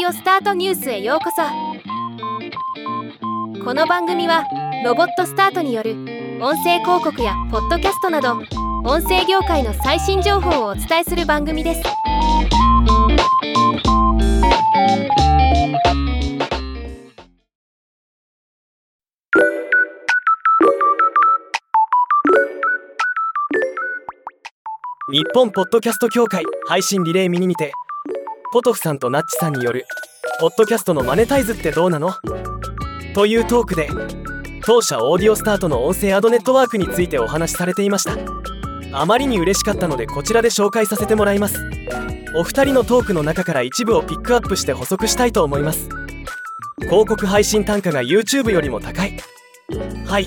オスタートニュースへようこそ。この番組はロボットスタートによる音声広告やポッドキャストなど音声業界の最新情報をお伝えする番組です。 日本ポッドキャスト協会配信リレーミニにて、ポトフさんとナッチさんによるポッドキャストのマネタイズってどうなのというトークで、当社オーディオスタートの音声アドネットワークについてお話しされていました。あまりに嬉しかったのでこちらで紹介させてもらいます。お二人のトークの中から一部をピックアップして補足したいと思います。広告配信単価が YouTube よりも高い。はい、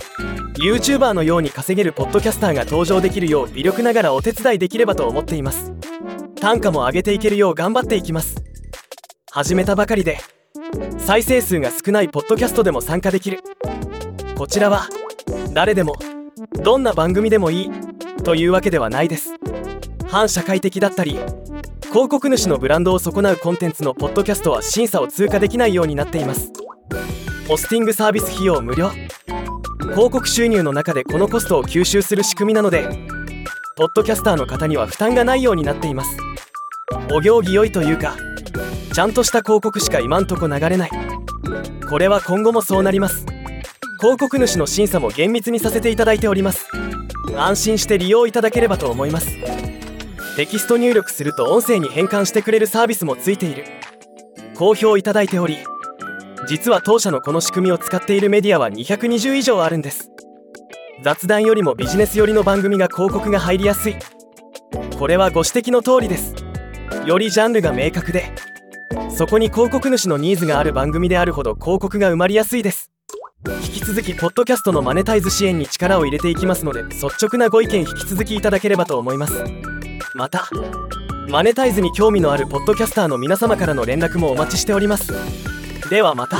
YouTuber のように稼げるポッドキャスターが登場できるよう微力ながらお手伝いできればと思っています。単価も上げていけるよう頑張っていきます。始めたばかりで再生数が少ないポッドキャストでも参加できる。こちらは誰でもどんな番組でもいいというわけではないです。反社会的だったり広告主のブランドを損なうコンテンツのポッドキャストは審査を通過できないようになっています。ホスティングサービス費用無料、広告収入の中でこのコストを吸収する仕組みなので、ポッドキャスターの方には負担がないようになっています。お行儀良いというか、ちゃんとした広告しか今んとこ流れない。これは今後もそうなります。広告主の審査も厳密にさせていただいております。安心して利用いただければと思います。テキスト入力すると音声に変換してくれるサービスもついている。好評いただいており、実は当社のこの仕組みを使っているメディアは220以上あるんです。雑談よりもビジネス寄りの番組が広告が入りやすい。これはご指摘の通りです。よりジャンルが明確で、そこに広告主のニーズがある番組であるほど広告が生まれやすいです。引き続きポッドキャストのマネタイズ支援に力を入れていきますので、率直なご意見引き続きいただければと思います。またマネタイズに興味のあるポッドキャスターの皆様からの連絡もお待ちしております。ではまた。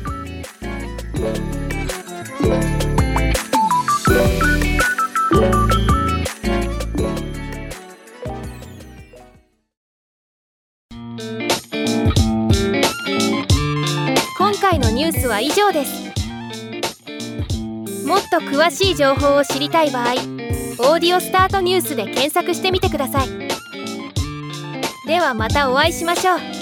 今回のニュースは以上です。もっと詳しい情報を知りたい場合、オーディオスタートニュースで検索してみてください。ではまたお会いしましょう。